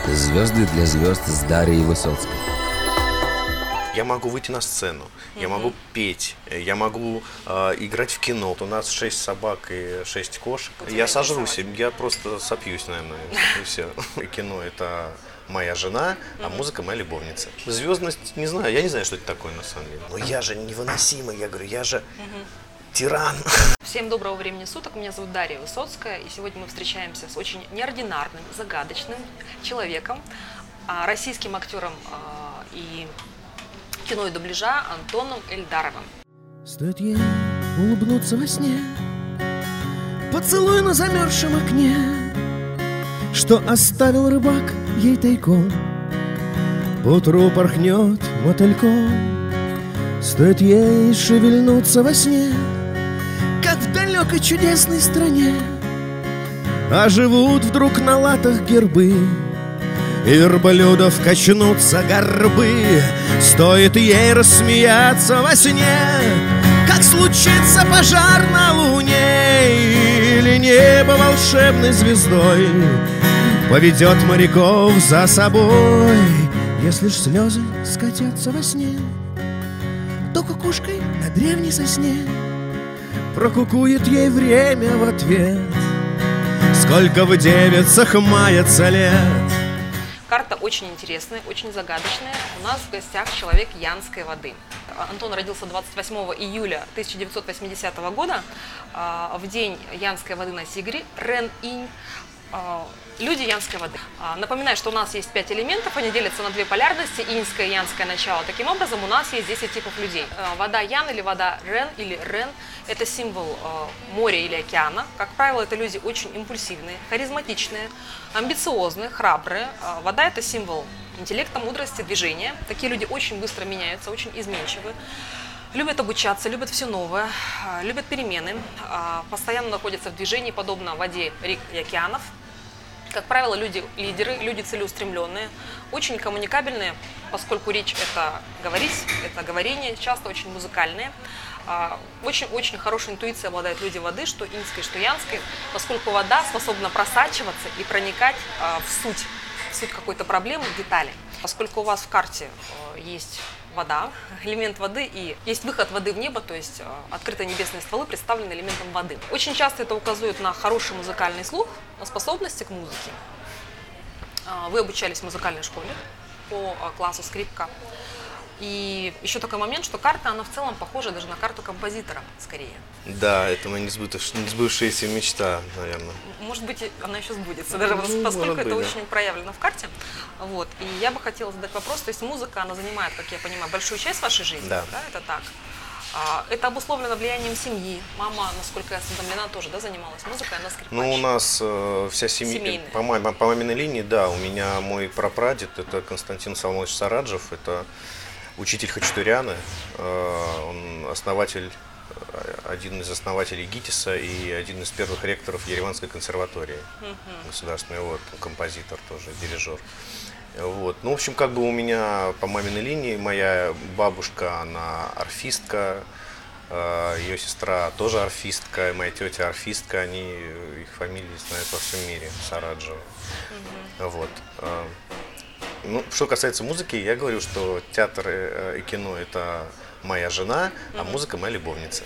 Звезды для звезд с Дарьей Высоцкой. Я могу выйти на сцену, я могу петь, я могу играть в кино. У нас 6 собак и 6 кошек. Я сожрусь, я просто сопьюсь, наверное, и все. Кино — это моя жена, а музыка — моя любовница. Звездность, не знаю, я не знаю, что это такое на самом деле. Но я же невыносимый, я говорю, я же тиран. Всем доброго времени суток, меня зовут Дарья Высоцкая, и сегодня мы встречаемся с очень неординарным, загадочным человеком, российским актером и кино и дубляжа Антоном Эльдаровым. Стоит ей улыбнуться во сне, поцелуй на замерзшем окне, что оставил рыбак ей тайком, поутру порхнет мотыльком. Стоит ей шевельнуться во сне, как в далекой чудесной стране, а живут вдруг на латах гербы, и верблюдов качнутся горбы. Стоит ей рассмеяться во сне, как случится пожар на луне, или небо волшебной звездой поведет моряков за собой. Если ж слезы скатятся во сне, то кукушкой на древней сосне прокукует ей время в ответ, сколько в девицах мается лет. Карта очень интересная, очень загадочная. У нас в гостях человек Янской воды. Антон родился 28 июля 1980 года, в день Янской воды на Сигре, Рен-инь. Люди Янской воды. Напоминаю, что у нас есть 5 элементов, они делятся на 2 полярности, иньское и янское начало. Таким образом, у нас есть 10 типов людей. Вода Ян или вода Рен или Рен – это символ моря или океана. Как правило, это люди очень импульсивные, харизматичные, амбициозные, храбрые. Вода – это символ интеллекта, мудрости, движения. Такие люди очень быстро меняются, очень изменчивы. Любят обучаться, любят все новое, любят перемены, постоянно находятся в движении, подобно воде рек и океанов. Как правило, люди лидеры, люди целеустремленные, очень коммуникабельные, поскольку речь – это говорить, это говорение, часто очень музыкальные. Очень-очень хорошей интуицией обладают люди воды, что иньской, что янской, поскольку вода способна просачиваться и проникать в суть какой-то проблемы, детали. Поскольку у вас в карте есть вода, элемент воды, и есть выход воды в небо, то есть открытые небесные стволы представлены элементом воды. Очень часто это указывает на хороший музыкальный слух, на способности к музыке. Вы обучались в музыкальной школе по классу скрипка. И еще такой момент, что карта, она в целом похожа даже на карту композитора, скорее. Да, это моя несбывшаяся мечта, наверное. Может быть, она еще сбудется, даже поскольку это очень проявлено в карте. Вот. И я бы хотела задать вопрос, то есть музыка, она занимает, как я понимаю, большую часть вашей жизни, да, это так? Это обусловлено влиянием семьи. Мама, насколько я осведомлена, тоже, да, занималась музыкой, она скрипач. Ну, у нас вся семья, по маминой линии, да, у меня мой прапрадед, это Константин Салмович Сараджев, это учитель хачатуряны, он один из основателей ГИТИСа и один из первых ректоров Ереванской консерватории государственной, вот, композитор тоже, дирижер. Вот. Ну, в общем, как бы у меня по маминой линии моя бабушка, она арфистка, ее сестра тоже арфистка, моя тетя арфистка, их фамилии знают во всем мире, Сараджева. Вот. Ну, что касается музыки, я говорю, что театр и кино – это моя жена, а музыка – моя любовница.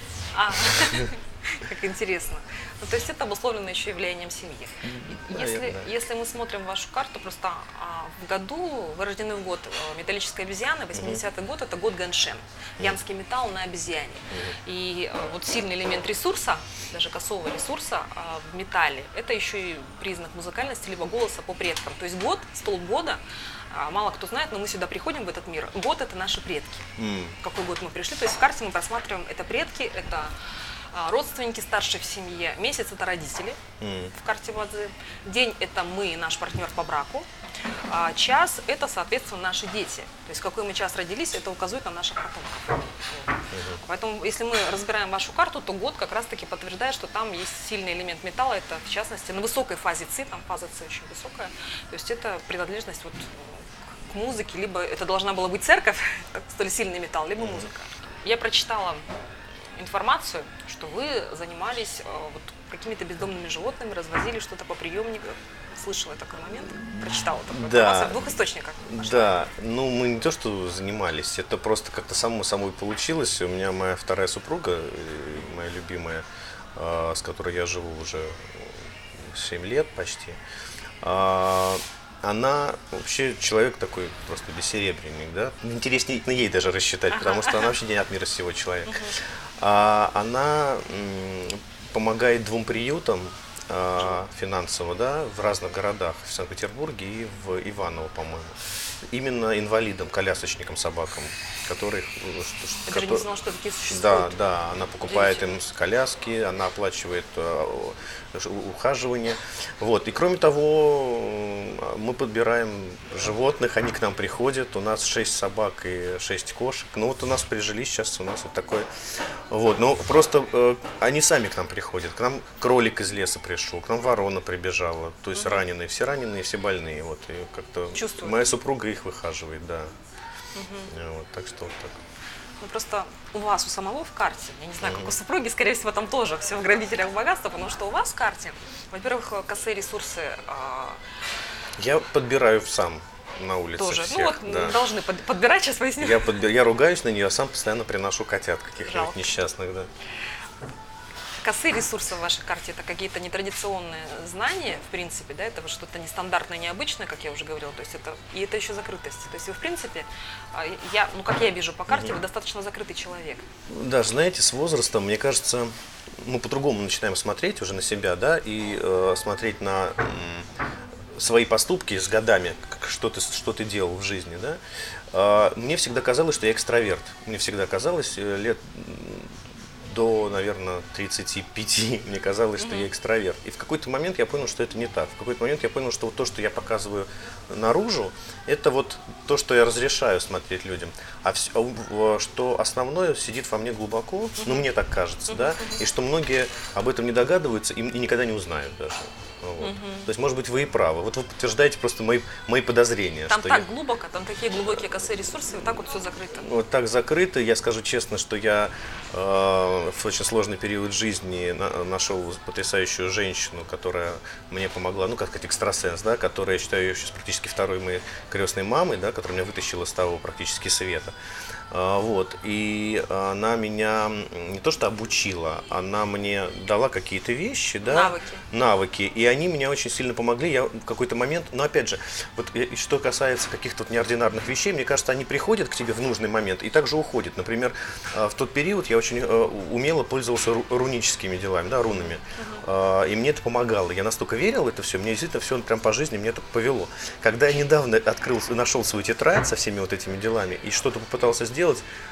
Как интересно. Ну, то есть это обусловлено еще и влиянием семьи. Если мы смотрим вашу карту, просто в году, вы рождены в год металлической обезьяны, 80-й год – это год Гэншен, янский металл на обезьяне. И вот сильный элемент ресурса, даже косого ресурса в металле, это еще и признак музыкальности, либо голоса по предкам. То есть год, столб года, мало кто знает, но мы сюда приходим в этот мир. Год – это наши предки. В какой год мы пришли. То есть в карте мы просматриваем, это предки, это родственники старшие в семье, месяц – это родители в карте воды, день – это мы, наш партнер по браку, а час – это, соответственно, наши дети. То есть в какой мы час родились, это указывает на наших потомков. Поэтому, если мы разбираем вашу карту, то год как раз-таки подтверждает, что там есть сильный элемент металла, это, в частности, на высокой фазе ЦИ, там фаза ЦИ очень высокая, то есть это принадлежность вот к музыке, либо это должна была быть церковь, столь сильный металл, либо музыка. Я прочитала информацию, что вы занимались вот какими-то бездомными животными, развозили что-то по приемникам. Слышала такой момент, прочитала такую информацию в 2 источниках. Да, ну мы не то, что занимались, это просто как-то само собой получилось. У меня моя вторая супруга, моя любимая, с которой я живу уже 7 лет почти, она вообще человек такой просто бессеребренник, да? Интереснее ей даже рассчитать, потому что она вообще не от мира сего человек. Она помогает 2 приютам финансово, да, в разных городах, в Санкт-Петербурге и в Иваново, по-моему. Именно инвалидам, колясочникам, собакам, которых... Я даже не знала, что такие существуют. Да, она покупает им коляски, она оплачивает ухаживание. Вот. И кроме того, мы подбираем животных, они к нам приходят. У нас 6 собак и 6 кошек. Ну вот у нас прижились сейчас, у нас вот такой... Вот. Но просто они сами к нам приходят. К нам кролик из леса пришел, к нам ворона прибежала. То есть раненые, все больные. Вот. И как-то моя супруга их выхаживает, да. Вот, так что вот так. Ну просто у вас у самого в карте, я не знаю, как у супруги, скорее всего, там тоже все в грабителях богатства, потому что у вас в карте, во-первых, косые ресурсы. Я подбираю сам на улице тоже. всех. Ну вот да. должны подбирать, сейчас поясню. Я ругаюсь на нее, а сам постоянно приношу котят каких-нибудь несчастных, да. Косые ресурсы в вашей карте – это какие-то нетрадиционные знания, в принципе, да, это вот что-то нестандартное, необычное, как я уже говорила, то есть это еще закрытость. То есть вы, в принципе, как я вижу по карте, вы достаточно закрытый человек. Да, знаете, с возрастом, мне кажется, мы по-другому начинаем смотреть уже на себя, да, и смотреть на свои поступки с годами, что ты делал в жизни, да. Мне всегда казалось, что я экстраверт. Мне всегда казалось, лет до, наверное, 35 мне казалось, что я экстраверт. И в какой-то момент я понял, что это не так. В какой-то момент я понял, что вот то, что я показываю наружу, это вот то, что я разрешаю смотреть людям. А что основное сидит во мне глубоко, ну, мне так кажется, да, и что многие об этом не догадываются и никогда не узнают даже. Вот. То есть, может быть, вы и правы. Вот вы подтверждаете просто мои подозрения. Там так глубоко, там такие глубокие косые ресурсы, вот так вот все закрыто. Вот так закрыто. Я скажу честно, что я в очень сложный период жизни нашел потрясающую женщину, которая мне помогла, ну, как сказать, экстрасенс, да, которая, я считаю, ее сейчас практически второй моей крестной мамой, да, которая меня вытащила с того практически света. Вот. И она меня не то что обучила, она мне дала какие-то вещи, да, навыки, и они меня очень сильно помогли. Я в какой-то момент, но опять же, вот что касается каких-то вот неординарных вещей, мне кажется, они приходят к тебе в нужный момент и также уходят. Например, в тот период я очень умело пользовался руническими делами, да, рунами, и мне это помогало. Я настолько верил в это все, мне действительно все прям по жизни мне это повело. Когда я недавно нашел свою тетрадь со всеми вот этими делами и что-то попытался сделать,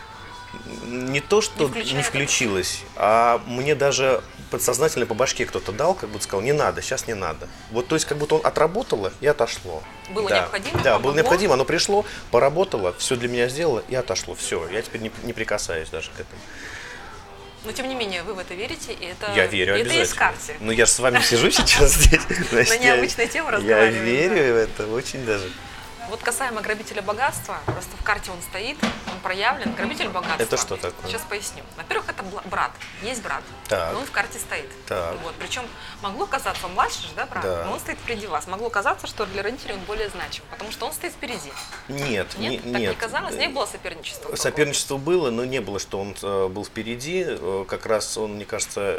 не то, что не включилось, а мне даже подсознательно по башке кто-то дал, как будто сказал, не надо, сейчас не надо. Вот, то есть, как будто он отработало и отошло. Было необходимо? Да, было необходимо, оно пришло, поработало, все для меня сделало и отошло. Все, я теперь не прикасаюсь даже к этому. Но, тем не менее, вы в это верите, и это, я верю, это есть в карте. Ну, я же с вами сижу сейчас здесь. На необычные темы Я разговариваем. верю в это, очень даже. Вот касаемо грабителя богатства, просто в карте он стоит, он проявлен. Грабитель богатства. Это что такое? Сейчас поясню. Во-первых, это брат. Есть брат, так. но он в карте стоит. Так. Вот. Причем могло казаться, он младший же, да, брат? Да. Но он стоит впереди вас. Могло казаться, что для родителей он более значим, потому что он стоит впереди. Нет. Так не казалось? Не было соперничества? Соперничество было, но не было, что он был впереди. Как раз он, мне кажется,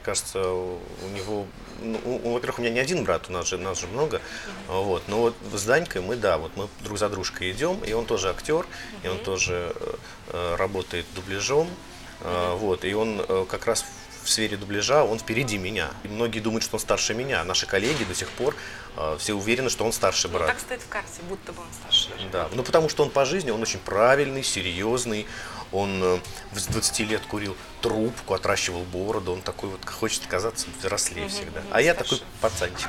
у него... Ну, во-первых, у меня не один брат, у нас же много. Вот. Но вот с Данькой мы друг за дружкой идем, и он тоже актер, и он тоже работает дубляжом. Вот. И он как раз в сфере дубляжа, он впереди меня. И многие думают, что он старше меня. Наши коллеги до сих пор все уверены, что он старший брат. Так стоит в карте, будто бы он старше. Да, ну потому что он по жизни, он очень правильный, серьезный. Он с 20 лет курил трубку, отращивал бороду. Он такой вот хочет казаться взрослее всегда. А я такой пацанчик.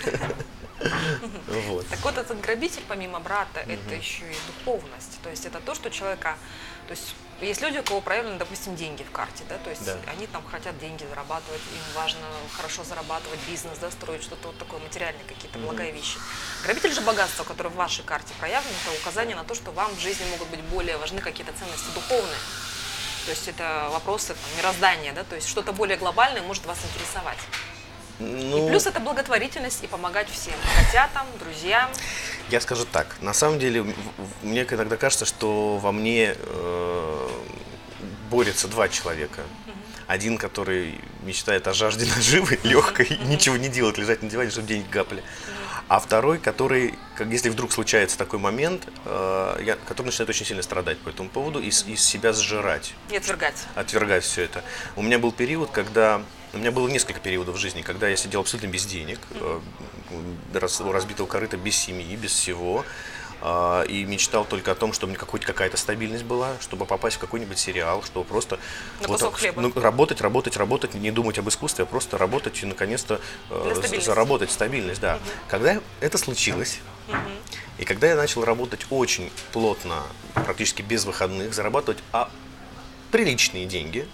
Так вот, этот грабитель, помимо брата, это еще и духовность. То есть это то, что человека... То есть есть люди, у кого проявлены, допустим, деньги в карте, да, то есть они там хотят деньги зарабатывать, им важно хорошо зарабатывать, бизнес, да, строить что-то вот такое, материальные какие-то благие вещи. Грабитель же богатства, который в вашей карте проявлен, это указание на то, что вам в жизни могут быть более важны какие-то ценности духовные. То есть это вопросы там, мироздания, да, то есть что-то более глобальное может вас интересовать. Ну, И плюс это благотворительность и помогать всем, котятам, друзьям. я скажу так, на самом деле, мне иногда кажется, что во мне борются два человека. Один, который мечтает о жажде наживы легкой, и ничего не делать, лежать на диване, чтобы деньги капали. А второй, который, если вдруг случается такой момент, который начинает очень сильно страдать по этому поводу и из себя сжирать. И отвергать. Отвергать все это. У меня был период, у меня было несколько периодов в жизни, когда я сидел абсолютно без денег, у разбитого корыта, без семьи, без всего. И мечтал только о том, чтобы у меня хоть какая-то стабильность была, чтобы попасть в какой-нибудь сериал, чтобы просто работать, не думать об искусстве, а просто работать и наконец-то заработать стабильность. Да. Когда это случилось, и когда я начал работать очень плотно, практически без выходных, зарабатывать приличные деньги,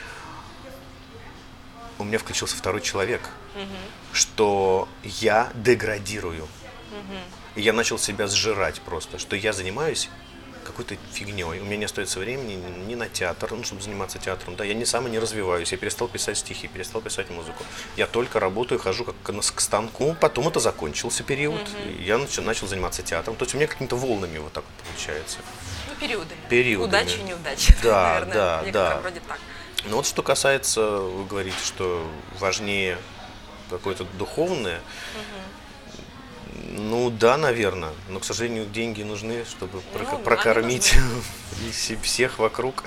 у меня включился второй человек, что я деградирую. И я начал себя сжирать просто, что я занимаюсь какой-то фигней. У меня не остается времени ни на театр, чтобы заниматься театром. Да, я не развиваюсь, я перестал писать стихи, перестал писать музыку. Я только работаю, хожу к станку. Потом это закончился период, и я начал заниматься театром. То есть у меня какими-то волнами вот так вот получается. Ну, периодами. Периодами. Удачи и неудачи. Да, наверное, да. Вроде так. Но вот что касается, вы говорите, что важнее какое-то духовное. Ну да, наверное, но, к сожалению, деньги нужны, чтобы прокормить всех вокруг.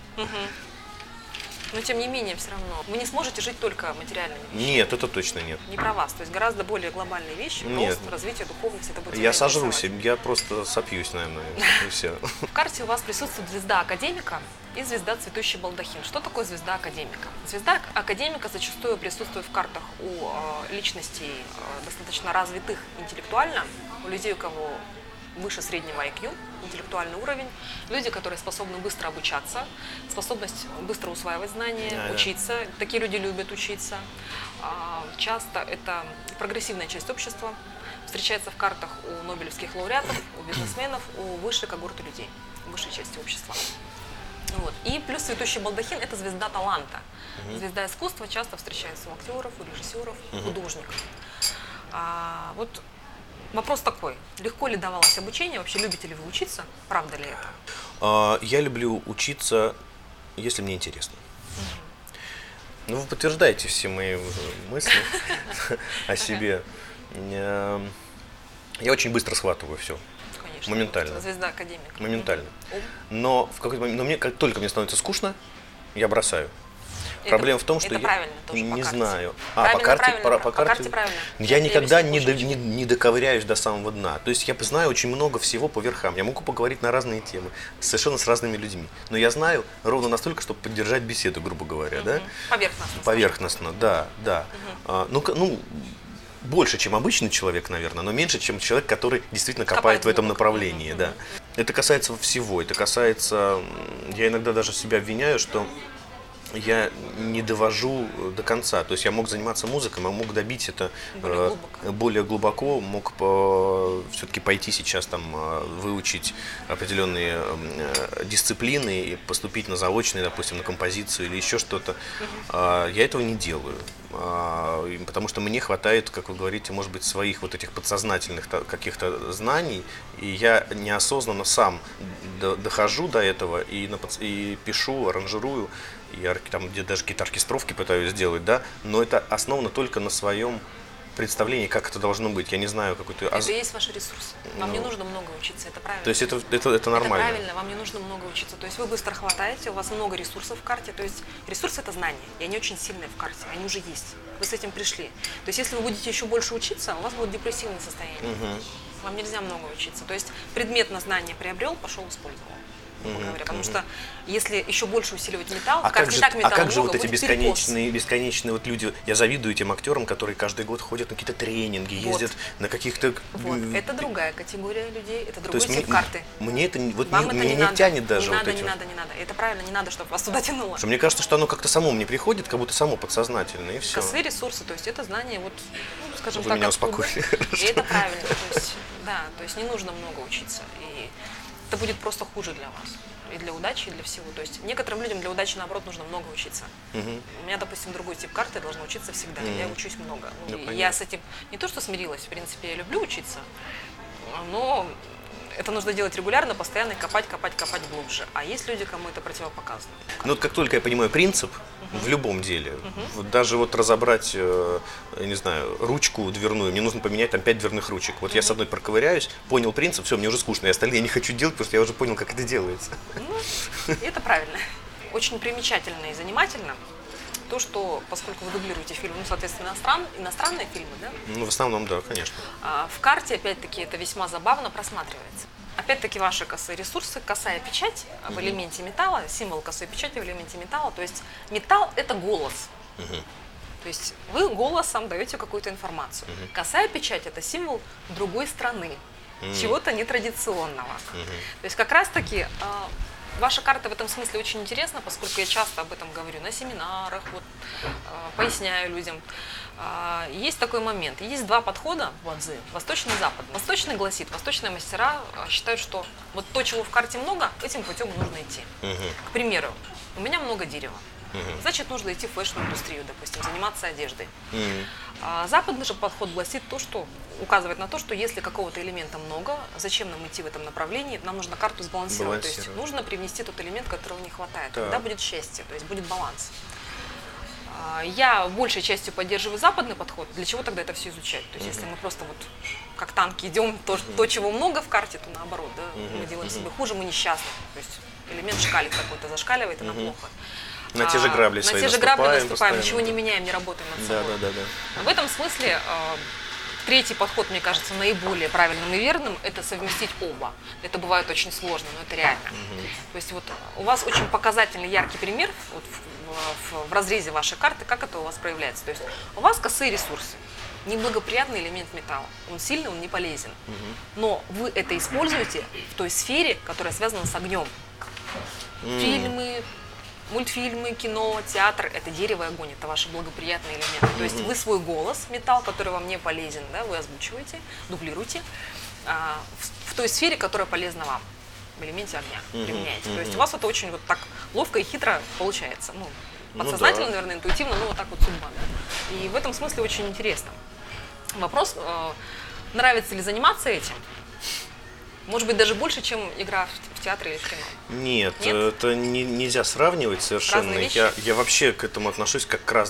Но тем не менее, все равно, вы не сможете жить только материальными вещами. Нет, это точно нет. Не про вас, то есть гораздо более глобальные вещи, рост, развитие духовности, это будет я сожрусь, я просто сопьюсь, наверное, и все. В карте у вас присутствует звезда академика и звезда цветущий балдахин. Что такое звезда академика? Звезда академика зачастую присутствует в картах у личностей достаточно развитых интеллектуально, у людей, у кого выше среднего IQ, интеллектуальный уровень, люди, которые способны быстро обучаться, способность быстро усваивать знания, учиться. Такие люди любят учиться. Часто это прогрессивная часть общества, встречается в картах у нобелевских лауреатов, у бизнесменов, у высшей когорты людей, высшей части общества. Вот. И плюс цветущий балдахин – это звезда таланта. Звезда искусства часто встречается у актеров, у режиссеров, художников. Вот вопрос такой, легко ли давалось обучение, вообще любите ли вы учиться, правда ли это? Я люблю учиться, если мне интересно. Ну, вы подтверждаете все мои мысли о себе. Я очень быстро схватываю все. Конечно. Моментально. Звезда академика. Моментально. Но в какой-то момент, как только мне становится скучно, я бросаю. Проблема в том, что я не знаю. По карте правильно. Я никогда не доковыряюсь до самого дна. То есть я знаю очень много всего по верхам. Я могу поговорить на разные темы, совершенно с разными людьми. Но я знаю ровно настолько, чтобы поддержать беседу, грубо говоря. Да? Поверхностно, да. Больше, чем обычный человек, наверное, но меньше, чем человек, который действительно копает в этом направлении. Да. Это касается всего. Это касается... Я иногда даже себя обвиняю, что я не довожу до конца. То есть я мог заниматься музыкой, мог добить это более глубоко, мог все-таки пойти сейчас там выучить определенные дисциплины и поступить на заочные, допустим, на композицию или еще что-то. Я этого не делаю. Потому что мне хватает, как вы говорите, может быть, своих вот этих подсознательных каких-то знаний, и я неосознанно сам дохожу до этого и пишу, аранжирую, и там где даже какие-то оркестровки пытаюсь сделать, да, но это основано только на своем представлении, как это должно быть. Я не знаю, какой-то... Это и есть ваши ресурсы. Вам не нужно много учиться, это правильно. То есть это нормально? Это правильно, вам не нужно много учиться. То есть вы быстро хватаете, у вас много ресурсов в карте. То есть ресурсы – это знания, и они очень сильные в карте, они уже есть. Вы с этим пришли. То есть если вы будете еще больше учиться, у вас будет депрессивное состояние. Вам нельзя много учиться. То есть предметно знание приобрел, пошел использовал. Говоря, потому что если еще больше усиливать металл, как же вот эти бесконечные вот люди, я завидую тем актерам, которые каждый год ходят на какие-то тренинги, ездят на каких-то... Вот, это другая категория людей, это другой тип карты. Мне это вот не тянет даже. Не надо. Это правильно, не надо, чтобы вас туда тянуло. Мне кажется, что оно как-то само мне приходит, как будто само подсознательно, и все. Косые ресурсы, то есть это знание, вот, скажем так, вы меня успокоили. И это правильно, то есть, да, то есть не нужно много учиться. И это будет просто хуже для вас. И для удачи, и для всего. То есть некоторым людям для удачи, наоборот, нужно много учиться. У меня, допустим, другой тип карты, я должна учиться всегда. Я учусь много. Я с этим не то что смирилась, в принципе, я люблю учиться, но это нужно делать регулярно, постоянно копать глубже. А есть люди, кому это противопоказано. Ну, вот как только я понимаю принцип в любом деле, вот даже вот разобрать, я не знаю, ручку дверную, мне нужно поменять там 5 дверных ручек. Вот я с одной проковыряюсь, понял принцип, все, мне уже скучно, и остальные я не хочу делать, потому что я уже понял, как это делается. Ну, это правильно. Очень примечательно и занимательно то, что, поскольку вы дублируете фильмы, ну, соответственно, иностранные фильмы, да? Ну, в основном, да, конечно. В карте, опять-таки, это весьма забавно просматривается. Опять-таки, ваши косые ресурсы, косая печать в элементе металла, символ косой печати в элементе металла, то есть металл – это голос. То есть вы голосом даете какую-то информацию. Косая печать – это символ другой страны, чего-то нетрадиционного. То есть как раз-таки ваша карта в этом смысле очень интересна, поскольку я часто об этом говорю на семинарах, вот, поясняю людям. Есть такой момент. Есть два подхода в бадзи, восточный и западный. Восточный гласит, восточные мастера считают, что вот то, чего в карте много, этим путем нужно идти. К примеру, у меня много дерева. Значит, нужно идти в фэшн-индустрию, допустим, заниматься одеждой. Западный же подход гласит то, что указывает на то, что если какого-то элемента много, зачем нам идти в этом направлении, нам нужно карту сбалансировать. То есть нужно привнести тот элемент, которого не хватает. Тогда будет счастье, то есть будет баланс. Я большей частью поддерживаю западный подход. Для чего тогда это все изучать? То есть если мы просто вот как танки идем, то чего много в карте, то наоборот, да, мы делаем себе хуже, мы несчастны. То есть элемент шкалит какой-то, зашкаливает, и нам плохо. На те же грабли свои наступаем, ничего не меняем, не работаем над собой. Да. В этом смысле третий подход, мне кажется, наиболее правильным и верным – это совместить оба. Это бывает очень сложно, но это реально. То есть вот у вас очень показательный, яркий пример вот в разрезе вашей карты, как это у вас проявляется. То есть у вас косые ресурсы, неблагоприятный элемент металла. Он сильный, он не полезен. Но вы это используете в той сфере, которая связана с огнем. Фильмы, мультфильмы, кино, театр – это дерево и огонь, это ваши благоприятные элементы. То есть вы свой голос, металл, который вам не полезен, да, вы озвучиваете, дублируете в той сфере, которая полезна вам, в элементе огня применяете. То есть у вас это очень вот так ловко и хитро получается. Ну, подсознательно, наверное, интуитивно, но вот так вот судьба. Да? И в этом смысле очень интересно. Вопрос, нравится ли заниматься этим? Может быть, даже больше, чем игра в театре или в кино? Нет? Это нельзя сравнивать совершенно. Я вообще к этому отношусь как к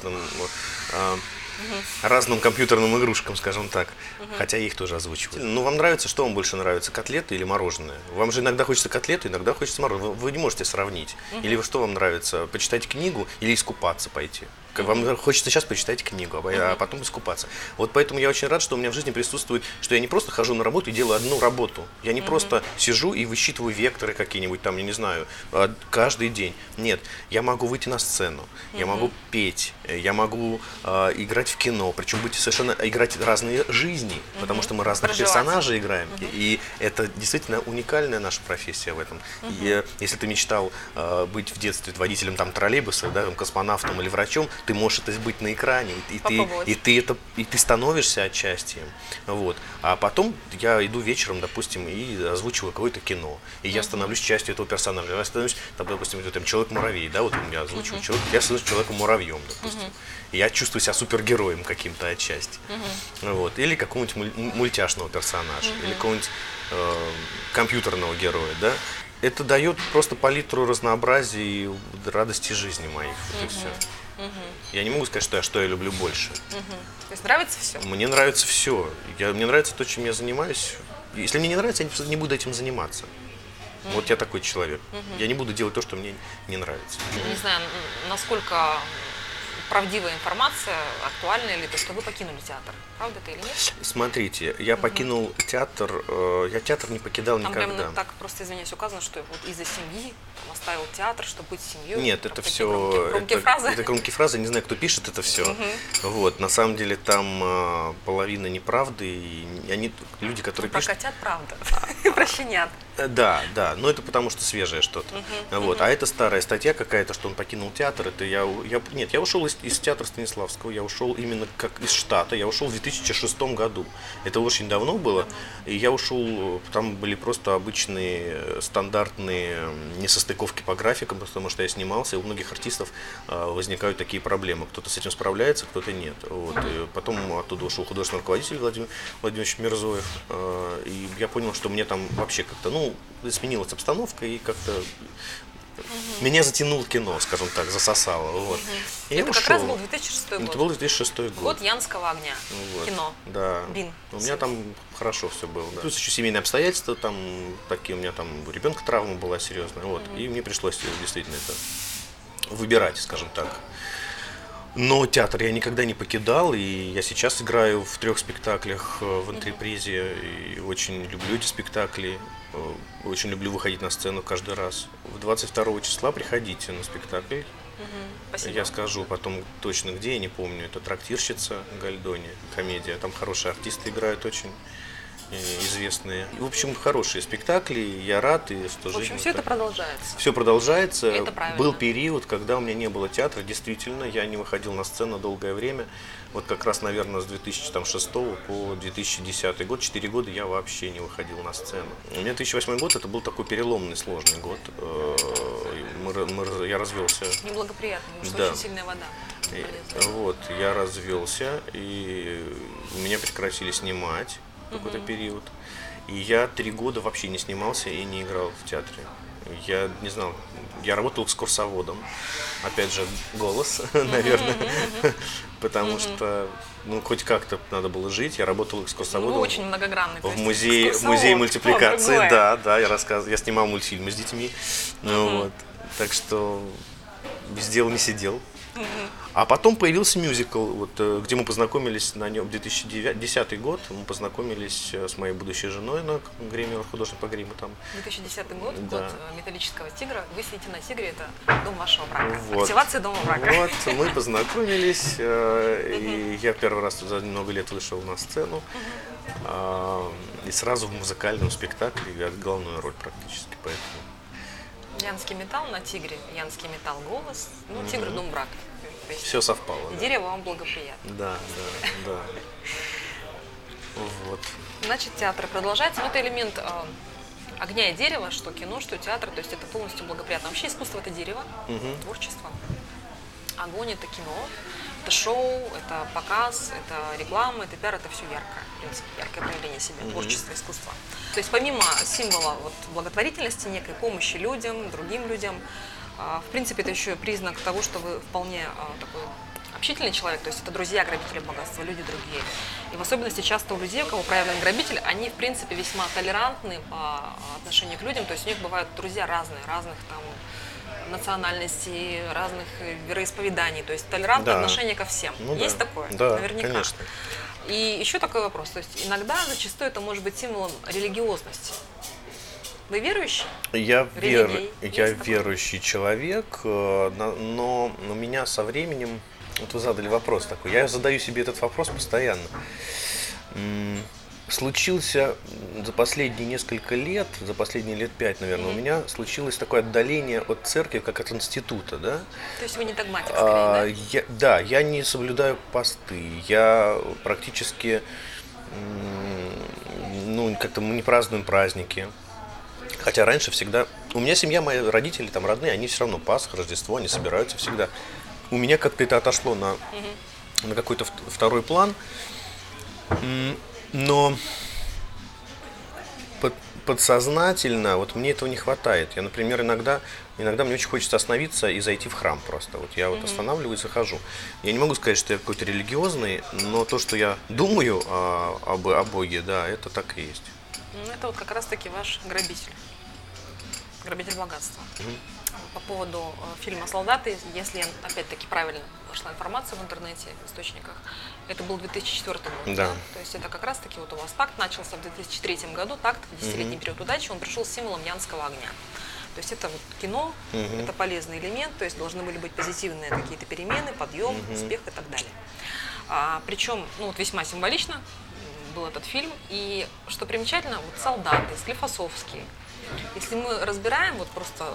разным компьютерным игрушкам, скажем так. Хотя я их тоже озвучиваю. Ну, вам нравится, что вам больше нравится, котлеты или мороженое? Вам же иногда хочется котлеты, иногда хочется мороженое. Вы не можете сравнить. Или что вам нравится, почитать книгу или искупаться пойти? Вам хочется сейчас почитать книгу, а потом искупаться. Вот поэтому я очень рад, что у меня в жизни присутствует, что я не просто хожу на работу и делаю одну работу. Я не просто сижу и высчитываю векторы какие-нибудь там, я не знаю, каждый день. Нет, я могу выйти на сцену, я могу петь, я могу играть в кино, причем быть совершенно играть разные жизни, потому что мы разных персонажей играем. И это действительно уникальная наша профессия в этом. И если ты мечтал быть в детстве водителем там троллейбуса, да, там, космонавтом или врачом, ты можешь это быть на экране, и ты становишься отчасти. Вот. А потом я иду вечером, допустим, и озвучиваю какое-то кино, и я становлюсь частью этого персонажа. Я становлюсь, там, допустим, Человек-муравей, да, вот я озвучиваю я становлюсь Человеком-муравьем, допустим. И я чувствую себя супергероем каким-то отчасти. Вот. Или какого-нибудь мультяшного персонажа, или какого-нибудь компьютерного героя, да. Это дает просто палитру разнообразия и радости жизни моих. Вот и все. Я не могу сказать, что я люблю больше. То есть нравится все? Мне нравится все. Мне нравится то, чем я занимаюсь. Если мне не нравится, я не буду этим заниматься. Вот я такой человек. Я не буду делать то, что мне не нравится. Не знаю, насколько правдивая информация, актуальна ли то, что вы покинули театр. Правда это или нет? Смотрите, я покинул театр, я театр не покидал никогда. Там прямо так, просто извиняюсь, указано, что вот из-за семьи оставил театр, чтобы быть семьей. Нет, это все громкие фразы. Это громкие фразы, не знаю, кто пишет это все. Вот, на самом деле там половина неправды, и они, люди, которые про пишут... котят правда, про щенят. Да, да, но это потому что свежее что-то. Вот. А это старая статья какая-то, что он покинул театр. Это я ушел из театра Станиславского, я ушел именно как из штата, я ушел в 2006 году. Это очень давно было. И я ушел, там были просто обычные стандартные несостыковки по графикам, потому что я снимался, и у многих артистов возникают такие проблемы. Кто-то с этим справляется, кто-то нет. Вот. И потом оттуда ушел художественный руководитель Владимир Владимирович Мирзоев. И я понял, что мне там вообще как-то, сменилась обстановка, и как-то меня затянуло кино, скажем так, засосало. Вот. И это я как ушел. раз был 2006 год. Это был 2006 год. Год Янского огня. Вот. Кино. Да. БИН. У меня там хорошо все было. Да. Плюс еще семейные обстоятельства, там такие, у меня там у ребенка травма была серьезная. Вот. И мне пришлось действительно это выбирать, скажем так. Но театр я никогда не покидал, и я сейчас играю в 3 спектаклях в «Антрепризе», и очень люблю эти спектакли, очень люблю выходить на сцену каждый раз. 22 числа приходите на спектакль, Спасибо. я скажу потом точно где, я не помню, это «Трактирщица» Гальдони, комедия, там хорошие артисты играют очень известные. В общем, хорошие спектакли, я рад. И что в общем, все это продолжается. Все продолжается. Это правильно. Был период, когда у меня не было театра, действительно, я не выходил на сцену долгое время. Вот как раз, наверное, с 2006 по 2010 год, 4 года я вообще не выходил на сцену. У меня 2008 год, это был такой переломный, сложный год. Я развелся. Неблагоприятно, потому что Да. очень сильная вода. Вот, я развелся, и меня прекратили снимать какой-то период. И я 3 года вообще не снимался и не играл в театре. Я не знал, я работал экскурсоводом. Опять же, голос, наверное. Потому что, хоть как-то надо было жить. Я работал экскурсоводом. Очень многогранный. В музее мультипликации, да, я снимал мультфильмы с детьми. Вот. Так что без дела не сидел. А потом появился мюзикл, где мы познакомились на нем, 2010 год, мы познакомились с моей будущей женой на гриме, художник по гриму там. 2010 год, Да. год металлического тигра. Вы сидите на тигре, это дом вашего брака. Вот. Активация дома брака. Вот, мы познакомились, и я первый раз за много лет вышел на сцену, и сразу в музыкальном спектакле играю главную роль практически, поэтому. Янский металл на тигре, янский металл голос, тигр дом брака. То есть Все совпало. Да. дерево вам благоприятно. Да. Вот. Значит, театр продолжается. Но это элемент огня и дерева, что кино, что театр, то есть это полностью благоприятно. Вообще искусство – это дерево, творчество. Огонь – это кино, это шоу, это показ, это реклама, это пиар, это все яркое, в принципе, яркое проявление себя, творчество, искусство. То есть помимо символа благотворительности, некой помощи людям, другим людям, в принципе, это еще признак того, что вы вполне такой общительный человек, то есть это друзья грабители богатства, люди другие. И в особенности часто у людей, у кого проявлен грабитель, они, в принципе, весьма толерантны по отношению к людям, то есть у них бывают друзья разных там национальностей, разных вероисповеданий, то есть толерантное отношение ко всем. Есть такое? Да, наверняка. Конечно. И еще такой вопрос, то есть иногда, зачастую это может быть символом религиозности. Вы верующий? Я такое? верующий человек, но у меня со временем, вот вы задали вопрос такой, я задаю себе этот вопрос постоянно. Случился за последние несколько лет, за последние лет 5, наверное, у меня случилось такое отдаление от церкви, как от института, да? То есть вы не догматик, скорее, да? Я не соблюдаю посты, я практически, как-то мы не празднуем праздники. Хотя раньше всегда, у меня семья, мои родители, там родные, они все равно Пасха, Рождество, они собираются всегда. У меня как-то это отошло на какой-то второй план. Но подсознательно вот мне этого не хватает. Я, например, иногда мне очень хочется остановиться и зайти в храм просто. Вот я вот останавливаюсь и захожу. Я не могу сказать, что я какой-то религиозный, но то, что я думаю о Боге, да, это так и есть. Это вот как раз-таки ваш грабитель. Грабитель богатства. По поводу фильма «Солдаты», если я, опять-таки, правильно нашла информацию в интернете, в источниках, это был 2004 год. Да. То есть это как раз-таки вот у вас такт начался в 2003 году, такт, 10-летний период удачи, он пришел с символом Янского огня. То есть это вот кино, это полезный элемент, то есть должны были быть позитивные какие-то перемены, подъем, успех и так далее. Причем, весьма символично был этот фильм, и что примечательно, вот «Солдаты», Склифосовский, Если мы разбираем вот просто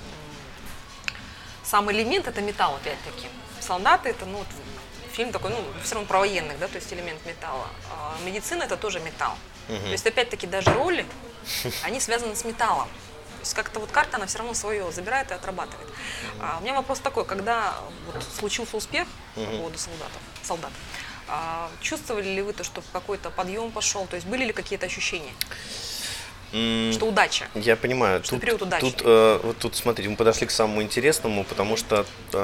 сам элемент, это металл опять-таки. Солдаты это, ну, фильм такой, ну, все равно про военных, да, то есть элемент металла. А медицина это тоже металл. То есть опять-таки даже роли, они связаны с металлом. То есть как-то вот карта, она все равно свое забирает и отрабатывает. У меня вопрос такой, когда вот случился успех по поводу солдат, чувствовали ли вы то, что какой-то подъем пошел, то есть были ли какие-то ощущения? Что удача. Я понимаю. Что период удачи. Вот тут, смотрите, мы подошли к самому интересному, потому что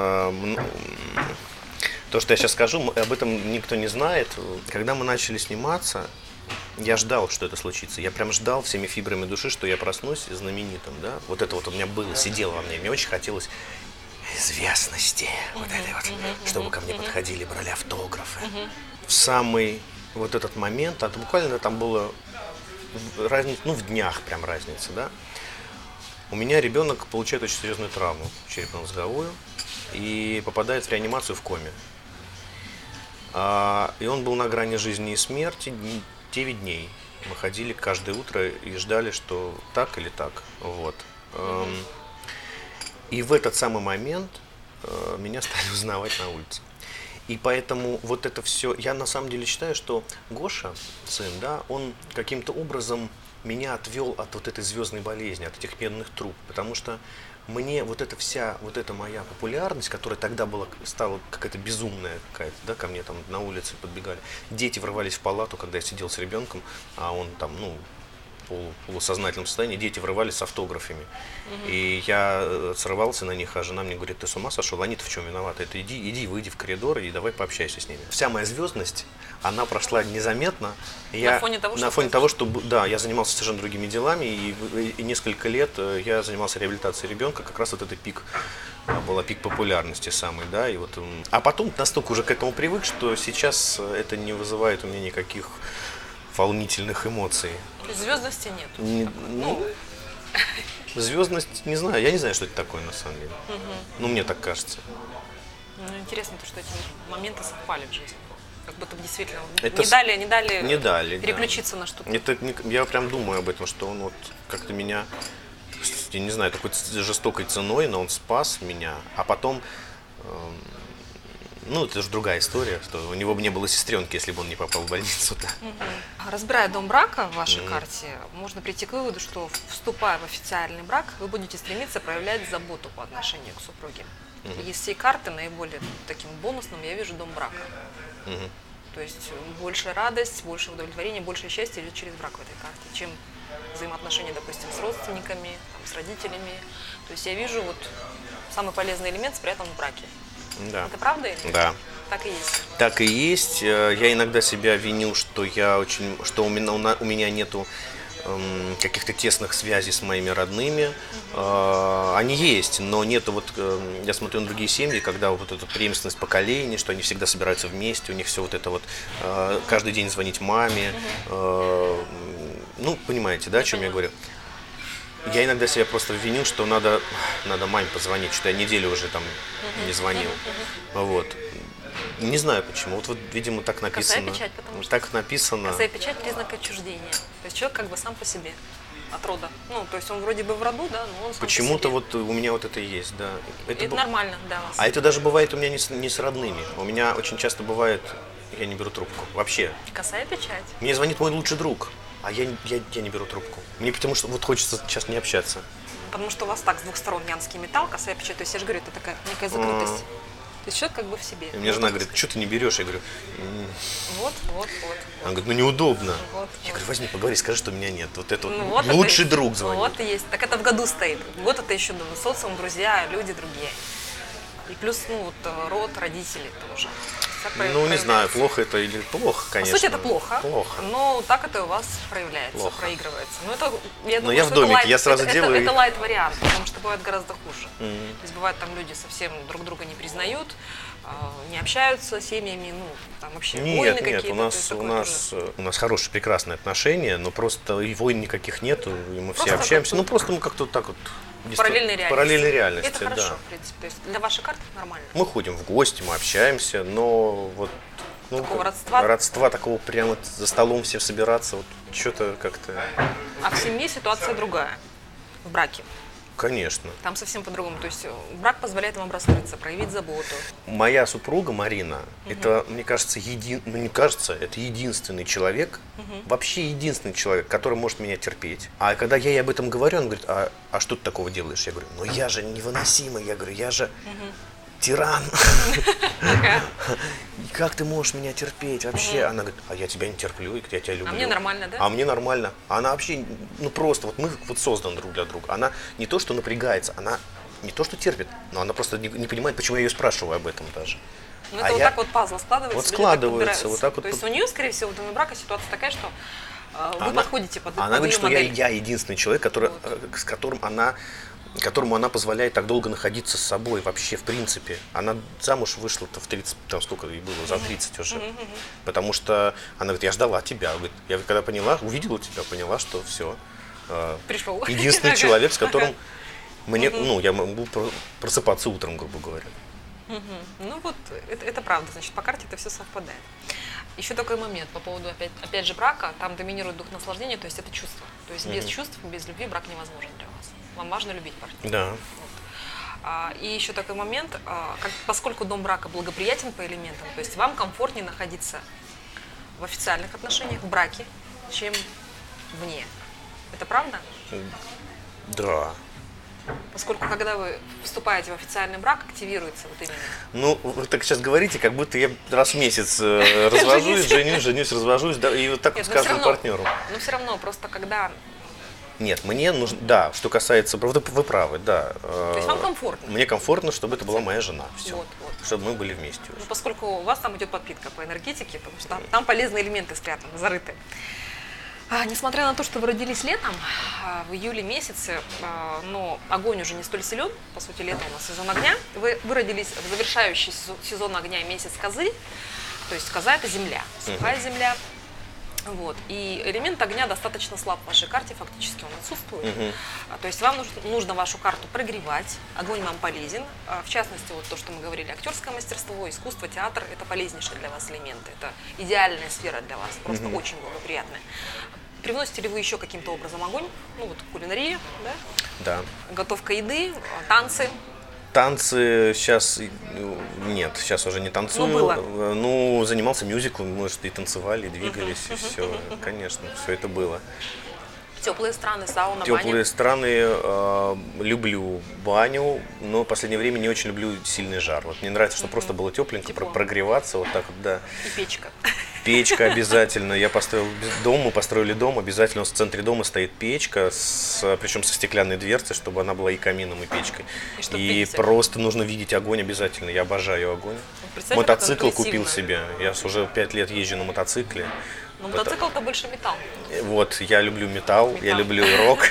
то, что я сейчас скажу, об этом никто не знает. Когда мы начали сниматься, я ждал, что это случится. Я прям ждал всеми фибрами души, что я проснусь знаменитым, да. Вот это вот у меня было, сидело во мне. Мне очень хотелось известности, вот этой вот, чтобы ко мне подходили, брали автографы. В самый вот этот момент, а буквально там было разница, ну, в днях прям разница, да. У меня ребенок получает очень серьезную травму черепно-мозговую и попадает в реанимацию в коме. И он был на грани жизни и смерти 9 дней. Мы ходили каждое утро и ждали, что так или так. Вот. И в этот самый момент меня стали узнавать на улице. И поэтому вот это все, я на самом деле считаю, что Гоша, сын, да, он каким-то образом меня отвел от вот этой звездной болезни, от этих медных труб, потому что мне вот эта вся, вот эта моя популярность, которая тогда была, стала какая-то безумная какая-то, да, ко мне там на улице подбегали, дети врывались в палату, когда я сидел с ребенком, а он там, ну, в полусознательном состоянии, дети врывались с автографами. И я срывался на них, а жена мне говорит: ты с ума сошел? Они-то в чем виноваты? Это иди, выйди в коридор и давай пообщайся с ними. Вся моя звездность, она прошла незаметно. На фоне того, что да, я занимался совершенно другими делами, и несколько лет я занимался реабилитацией ребенка, как раз вот это пик, была пик популярности самый, да, и вот. А потом настолько уже к этому привык, что сейчас это не вызывает у меня никаких волнительных эмоций. Звездности нет. Звездность, не знаю, я не знаю, что это такое на самом деле. Ну, мне так кажется. Ну, интересно то, что эти моменты совпали в жизни. Как будто бы действительно Это не дали переключиться, да, на что-то. Я прям думаю об этом, что он вот как-то меня, я не знаю, такой жестокой ценой, но он спас меня, а потом. Ну, это же другая история, что у него бы не было сестренки, если бы он не попал в больницу. Да. Разбирая дом брака в вашей карте, можно прийти к выводу, что, вступая в официальный брак, вы будете стремиться проявлять заботу по отношению к супруге. И из всей карты наиболее таким бонусным я вижу дом брака. То есть больше радость, больше удовлетворения, больше счастья идет через брак в этой карте, чем взаимоотношения, допустим, с родственниками, там, с родителями. То есть я вижу вот самый полезный элемент спрятан в браке. Да. Это правда или нет? Да. Так и есть. Так и есть. Я иногда себя виню, что у меня нету каких-то тесных связей с моими родными. Они есть, но нету вот. Я смотрю на другие семьи, когда вот эта преемственность поколений, что они всегда собираются вместе, у них все вот это вот каждый день звонить маме. Ну, понимаете, да, о чем я говорю? Я иногда себя просто виню, что надо маме позвонить, что я неделю уже там не звонил. Вот. Не знаю почему. Вот, видимо, так написано. Косая печать, потому что так написано. Косая печать – признак отчуждения. То есть человек как бы сам по себе, от рода. Ну, то есть он вроде бы в роду, да, но он сам почему-то по себе. вот у меня вот это есть, да. Это нормально, да. Вас. А это даже бывает у меня не с родными. У меня очень часто бывает, я не беру трубку. Вообще. Косая печать. Мне звонит мой лучший друг. А я не беру трубку. Мне потому что вот хочется сейчас не общаться. Потому что у вас так с двух сторон янский металл, косая печать. То есть я же говорю, это такая некая закрытость. То есть человек как бы в себе. И мне жена говорит: что ты не берешь? Я говорю: Вот. Она говорит: ну неудобно. Я говорю: возьми, поговори, скажи, что у меня нет. Вот это вот лучший друг звонит. Вот и есть. Так это в году стоит. Год это еще социум, друзья, люди другие. И плюс, род, родители тоже. Ну, не знаю, плохо это или плохо, конечно. По сути, это плохо. Но так это у вас проявляется, проигрывается. Но я в домике, я сразу делаю. Это лайт-вариант, потому что бывает гораздо хуже. То есть бывает, там люди совсем друг друга не признают, не общаются с семьями, там вообще войны какие-то. У нас хорошие, прекрасные отношения, но просто и войн никаких нету, и мы все общаемся. Ну, просто мы как-то так вот. Параллельной реальности. Это хорошо, в принципе. То есть для вашей карты нормально. Мы ходим в гости, мы общаемся, но вот такого родства такого прямо за столом всем собираться, вот что-то как-то. А в семье ситуация другая. в браке. Конечно. Там совсем по-другому. То есть брак позволяет вам раскрыться, проявить заботу. Моя супруга Марина, это, мне кажется, это единственный человек, вообще единственный человек, который может меня терпеть. А когда я ей об этом говорю, он говорит, а что ты такого делаешь? Я говорю, ну я же невыносимый, я говорю, я же тиран. Как ты можешь меня терпеть вообще? Она говорит, а я тебя не терплю, я тебя люблю. А мне нормально, да? А мне нормально. Она вообще, ну просто, вот мы вот созданы друг для друга. Она не то, что напрягается, она не то, что терпит, но она просто не понимает, почему я ее спрашиваю об этом даже. Ну это вот так вот пазл складывается. Вот складывается, вот так вот. То есть у нее, скорее всего, в доме брака ситуация такая, что вы подходите под Она говорит, что модель. я единственный человек, которому она позволяет так долго находиться с собой вообще, в принципе. Она замуж вышла-то в 30, там сколько ей было, за 30 уже. Потому что она говорит, я ждала тебя. Говорит, я когда поняла, увидела тебя, поняла, что все. Пришел. Единственный человек, с которым мне, я могу просыпаться утром, грубо говоря. Ну вот, это правда, значит, по карте это все совпадает. Еще такой момент по поводу, опять же, брака, там доминирует дух наслаждения, то есть это чувство. То есть без чувств, без любви брак невозможен для вас. Вам важно любить партнера. Да. Вот. И еще такой момент, поскольку дом брака благоприятен по элементам, то есть вам комфортнее находиться в официальных отношениях, в браке, чем вне. Это правда? Да. Поскольку когда вы вступаете в официальный брак, активируется вот именно. Ну, вы так сейчас говорите, как будто я раз в месяц развожусь, женюсь, развожусь, да, и вот так вот с каждым партнером. Но все равно, просто когда... Нет, мне нужно, да, что касается, правда, вы правы, да. То есть вам комфортно? Мне комфортно, чтобы это была моя жена, все, вот. чтобы мы были вместе уже. Ну, поскольку у вас там идет подпитка по энергетике, потому что там полезные элементы спрятаны, зарыты. Несмотря на то, что вы родились летом, в июле месяце, но огонь уже не столь силен, по сути, лето у нас сезон огня, вы родились в завершающий сезон огня месяц козы, то есть коза – это земля, сухая земля. Вот. И элемент огня достаточно слаб в вашей карте, фактически он отсутствует. То есть вам нужно вашу карту прогревать, огонь вам полезен. В частности, вот то, что мы говорили, актерское мастерство, искусство, театр – это полезнейшие для вас элементы. Это идеальная сфера для вас, просто очень благоприятная. Привносите ли вы еще каким-то образом огонь? Ну вот кулинария, да? Да. Готовка еды, танцы? Танцы сейчас нет, сейчас уже не танцую. Ну, было. Ну, занимался мюзиклом, может, и танцевали, и двигались, и все. Конечно, все это было. Теплые страны, сауна, Теплые баня? страны, люблю баню, но в последнее время не очень люблю сильный жар. Вот мне нравится, чтобы просто было тепленько, прогреваться, вот так вот, да. И печка. Печка обязательно. Я построил дом, мы построили дом, обязательно в центре дома стоит печка, причем со стеклянной дверцей, чтобы она была и камином, и печкой. И просто нужно видеть огонь обязательно. Я обожаю огонь. Мотоцикл купил себе. Я уже 5 лет езжу на мотоцикле. Но мотоцикл-то больше металл. Вот, я люблю металл. Я люблю рок.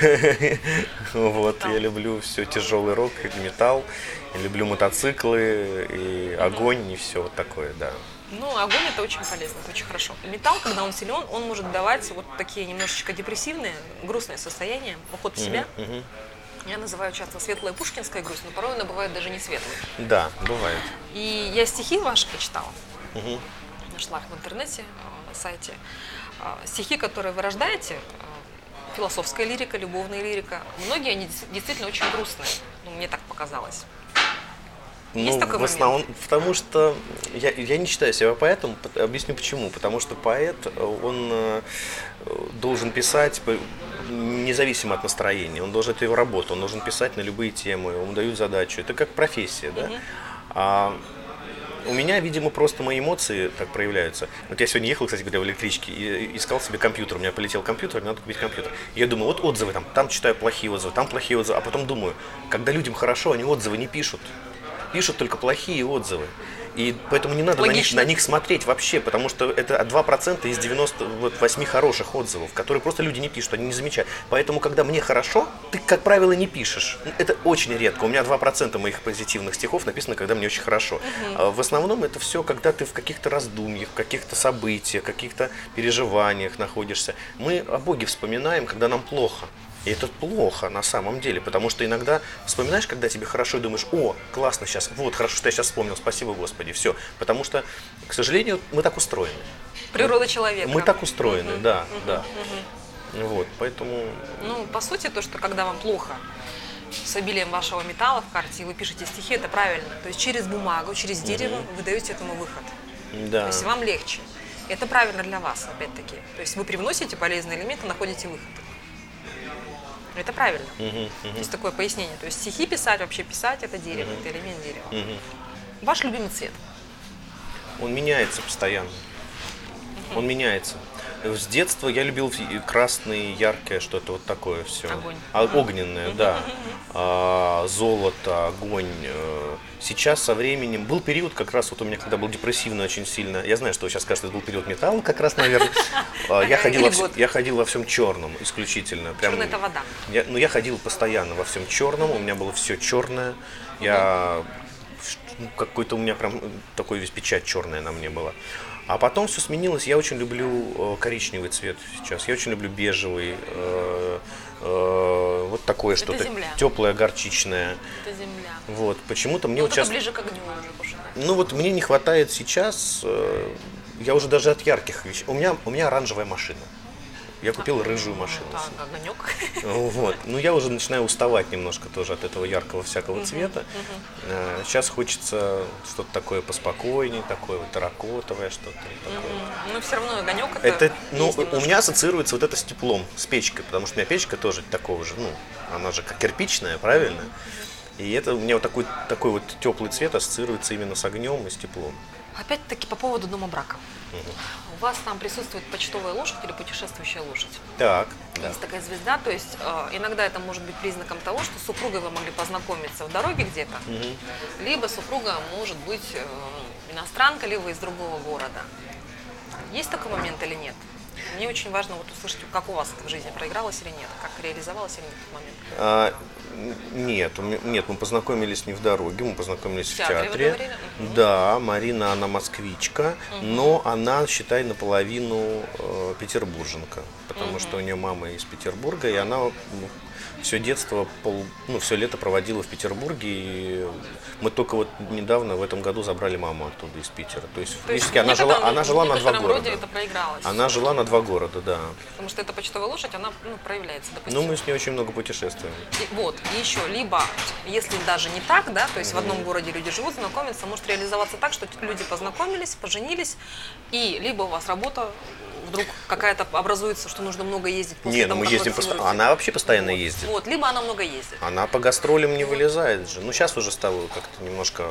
Вот, я люблю все тяжелый рок, металл. Я люблю мотоциклы, и огонь, и все вот такое, да. Ну, огонь – это очень полезно, это очень хорошо. Металл, когда он силен, он может давать вот такие немножечко депрессивные, грустные состояния, уход в себя. Я называю часто светлая пушкинская грусть, но порой она бывает даже не светлой. Да, бывает. И я стихи ваши почитала, нашла их в интернете, на сайте. Стихи, которые вы рождаете, философская лирика, любовная лирика, многие они действительно очень грустные, ну, мне так показалось. Есть такой в основном, момент? Потому что я не считаю себя поэтом, объясню почему. Потому что поэт, он должен писать независимо от настроения, он должен, это его работа, он должен писать на любые темы, ему дают задачу, это как профессия, да? А у меня, видимо, просто мои эмоции так проявляются. Вот я сегодня ехал, кстати говоря, в электричке и искал себе компьютер. У меня полетел компьютер, мне надо купить компьютер. И я думаю, вот отзывы там читаю плохие отзывы, там плохие отзывы. А потом думаю, когда людям хорошо, они отзывы не пишут. Пишут только плохие отзывы. И поэтому не надо на них смотреть вообще, потому что это 2% из 98 хороших отзывов, которые просто люди не пишут, они не замечают. Поэтому, когда мне хорошо, ты, как правило, не пишешь. Это очень редко. У меня 2% моих позитивных стихов написано, когда мне очень хорошо. В основном это все, когда ты в каких-то раздумьях, в каких-то событиях, каких-то переживаниях находишься. Мы о Боге вспоминаем, когда нам плохо. И это плохо на самом деле, потому что иногда вспоминаешь, когда тебе хорошо, и думаешь, о, классно сейчас, вот, хорошо, что я сейчас вспомнил, спасибо, Господи, все. Потому что, к сожалению, мы так устроены. Природа человека. Мы так устроены, да. Вот, поэтому... Ну, по сути, то, что когда вам плохо с обилием вашего металла в карте, и вы пишете стихи, это правильно. То есть через бумагу, через дерево вы даете этому выход. Да. То есть вам легче. Это правильно для вас, опять-таки. То есть вы привносите полезные элементы, находите выход. Это правильно. То есть такое пояснение. То есть стихи писать, вообще писать, это дерево, это элемент дерева. Ваш любимый цвет? Он меняется постоянно. Он меняется. С детства я любил красный, яркое, что-то вот такое все. Огонь. Огненное, да. Золото, огонь. Сейчас со временем... Был период как раз, вот у меня, когда был депрессивно очень сильно. Я знаю, что вы сейчас скажете, это был период металла как раз, наверное. Я ходил во всем черном исключительно. Черный – это вода. Я ходил постоянно во всем черном, у меня было все черное. Какой-то у меня прям такой весь печать черная на мне была. А потом все сменилось. Я очень люблю коричневый цвет сейчас. Я очень люблю бежевый. Вот такое что-то теплое, горчичное. Это земля. Вот. Почему-то мне вот вот сейчас... ближе к огню уже пошла. Ну вот мне не хватает сейчас... Я уже даже от ярких вещей... У меня оранжевая машина. Я купил рыжую машину. Так, огонек. Вот. Ну, я уже начинаю уставать немножко тоже от этого яркого всякого цвета. Сейчас хочется что-то такое поспокойнее, такое вот терракотовое что-то. Но все равно огонек у меня ассоциируется вот это с теплом, с печкой, потому что у меня печка тоже такого же, она же как кирпичная, правильно? И это у меня вот такой вот теплый цвет ассоциируется именно с огнем и с теплом. Опять-таки по поводу дома брака. У вас там присутствует почтовая лошадь или путешествующая лошадь? Так, да. Есть такая звезда, то есть иногда это может быть признаком того, что с супругой вы могли познакомиться в дороге где-то, либо супруга может быть иностранка, либо из другого города. Есть такой момент или нет? Мне очень важно вот услышать, как у вас это в жизни проигралось или нет, как реализовалось или нет этот момент. Нет, мы познакомились не в дороге, мы познакомились в театре. театре. Да, Марина, она москвичка, но она, считай, наполовину петербурженка, потому что у нее мама из Петербурга, и она все детство, все лето проводила в Петербурге, и мы только вот недавно, в этом году, забрали маму оттуда, из Питера. То есть фактически она жила на 2 города. Это проигралось. Она жила на 2 города, да. Потому что эта почтовая лошадь, она проявляется, допустим. Мы с ней очень много путешествуем. И еще, либо, если даже не так, да, то есть в одном городе люди живут, знакомятся, может реализоваться так, что люди познакомились, поженились, и либо у вас работа вдруг какая-то образуется, что нужно много ездить после того, мы как ездим вакцинируете. Она вообще постоянно ездит. Вот, либо она много ездит. Она по гастролям не вылезает же. Сейчас уже стала как-то немножко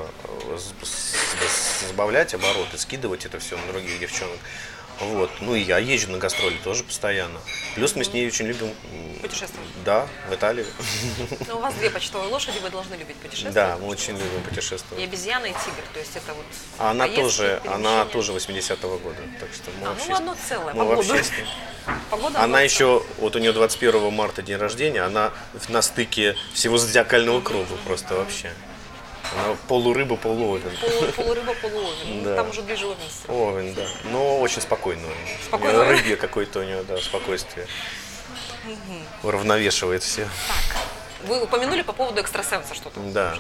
сбавлять обороты, скидывать это все на других девчонок. Вот. И я езжу на гастроли тоже постоянно. Плюс мы с ней очень любим путешествовать. Да, в Италии. Но у вас 2 почтовые лошади, вы должны любить путешествовать. Да, мы очень любим путешествовать. И обезьяна, и тигр, то есть это вот. Она тоже 80-го года, так что мы вообще. Одно целое. Мы вообще. Она еще, вот у нее 21 марта день рождения, она на стыке всего зодиакального круга просто вообще. Она полурыба, полуовен. Полурыба, полуовен. Да. Там уже ближе овен. Овен, да. Но очень спокойный. Спокойный? Рыбье какое-то у него, да, спокойствие. Уравновешивает все. Так. Вы упомянули по поводу экстрасенса что-то. Да.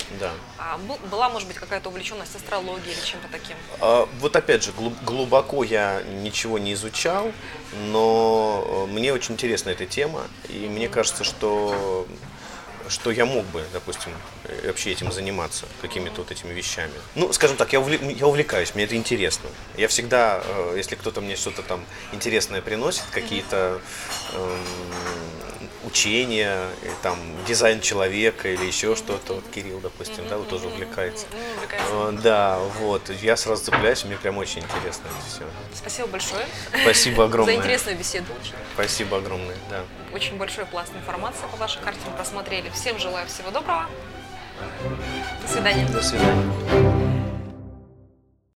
Была, может быть, какая-то увлеченность астрологией или чем-то таким? Вот опять же, глубоко я ничего не изучал, но мне очень интересна эта тема. И мне кажется, что я мог бы, допустим, вообще этим заниматься, какими-то вот этими вещами. Скажем так, я увлекаюсь, мне это интересно. Я всегда, если кто-то мне что-то там интересное приносит, какие-то учения, там, дизайн человека или еще что-то, вот Кирилл, допустим, да, вот тоже увлекается. Да, вот, я сразу цепляюсь, мне прям очень интересно это все. Спасибо большое. Спасибо огромное. За интересную беседу. Спасибо огромное, да. Очень большой пласт информации по вашей карте мы просмотрели. Всем желаю всего доброго. До свидания. До свидания.